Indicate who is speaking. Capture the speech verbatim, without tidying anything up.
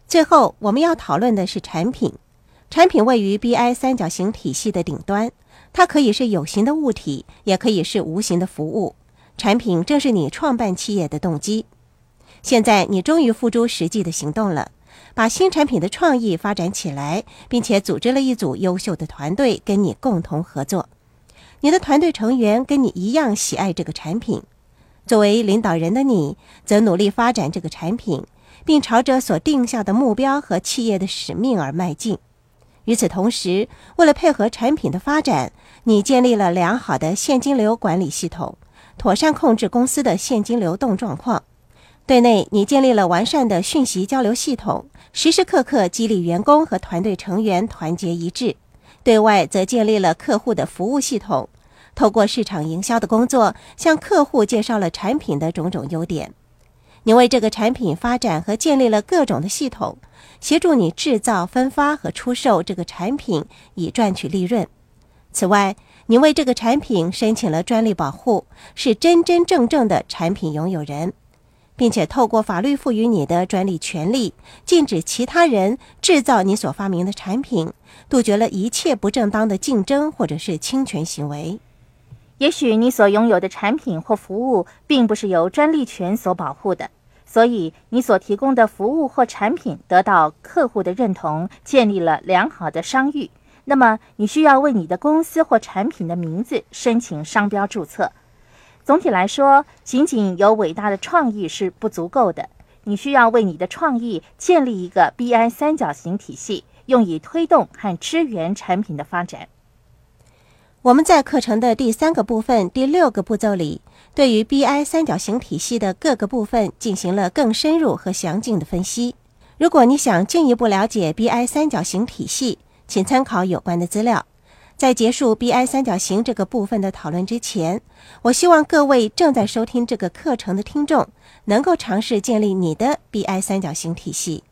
Speaker 1: 最后，我们要讨论的是产品。产品位于 B I 三角形体系的顶端，它可以是有形的物体，也可以是无形的服务。产品正是你创办企业的动机。现在你终于付诸实际的行动了，把新产品的创意发展起来，并且组织了一组优秀的团队跟你共同合作。你的团队成员跟你一样喜爱这个产品。作为领导人的你，则努力发展这个产品，并朝着所定下的目标和企业的使命而迈进。与此同时，为了配合产品的发展，你建立了良好的现金流管理系统，妥善控制公司的现金流动状况。对内，你建立了完善的讯息交流系统，时时刻刻激励员工和团队成员团结一致。对外则建立了客户的服务系统，透过市场营销的工作，向客户介绍了产品的种种优点。你为这个产品发展和建立了各种的系统，协助你制造、分发和出售这个产品，以赚取利润。此外，你为这个产品申请了专利保护，是真真正正的产品拥有人，并且透过法律赋予你的专利权利，禁止其他人制造你所发明的产品，杜绝了一切不正当的竞争或者是侵权行为。
Speaker 2: 也许你所拥有的产品或服务并不是由专利权所保护的，所以你所提供的服务或产品得到客户的认同，建立了良好的商誉。那么你需要为你的公司或产品的名字申请商标注册。总体来说，仅仅有伟大的创意是不足够的，你需要为你的创意建立一个 B I 三角形体系，用以推动和支援产品的发展。
Speaker 1: 我们在课程的第三个部分第六个步骤里，对于 B I 三角形体系的各个部分进行了更深入和详尽的分析。如果你想进一步了解 B I 三角形体系，请参考有关的资料。在结束 B I 三角形这个部分的讨论之前，我希望各位正在收听这个课程的听众能够尝试建立你的 B I 三角形体系。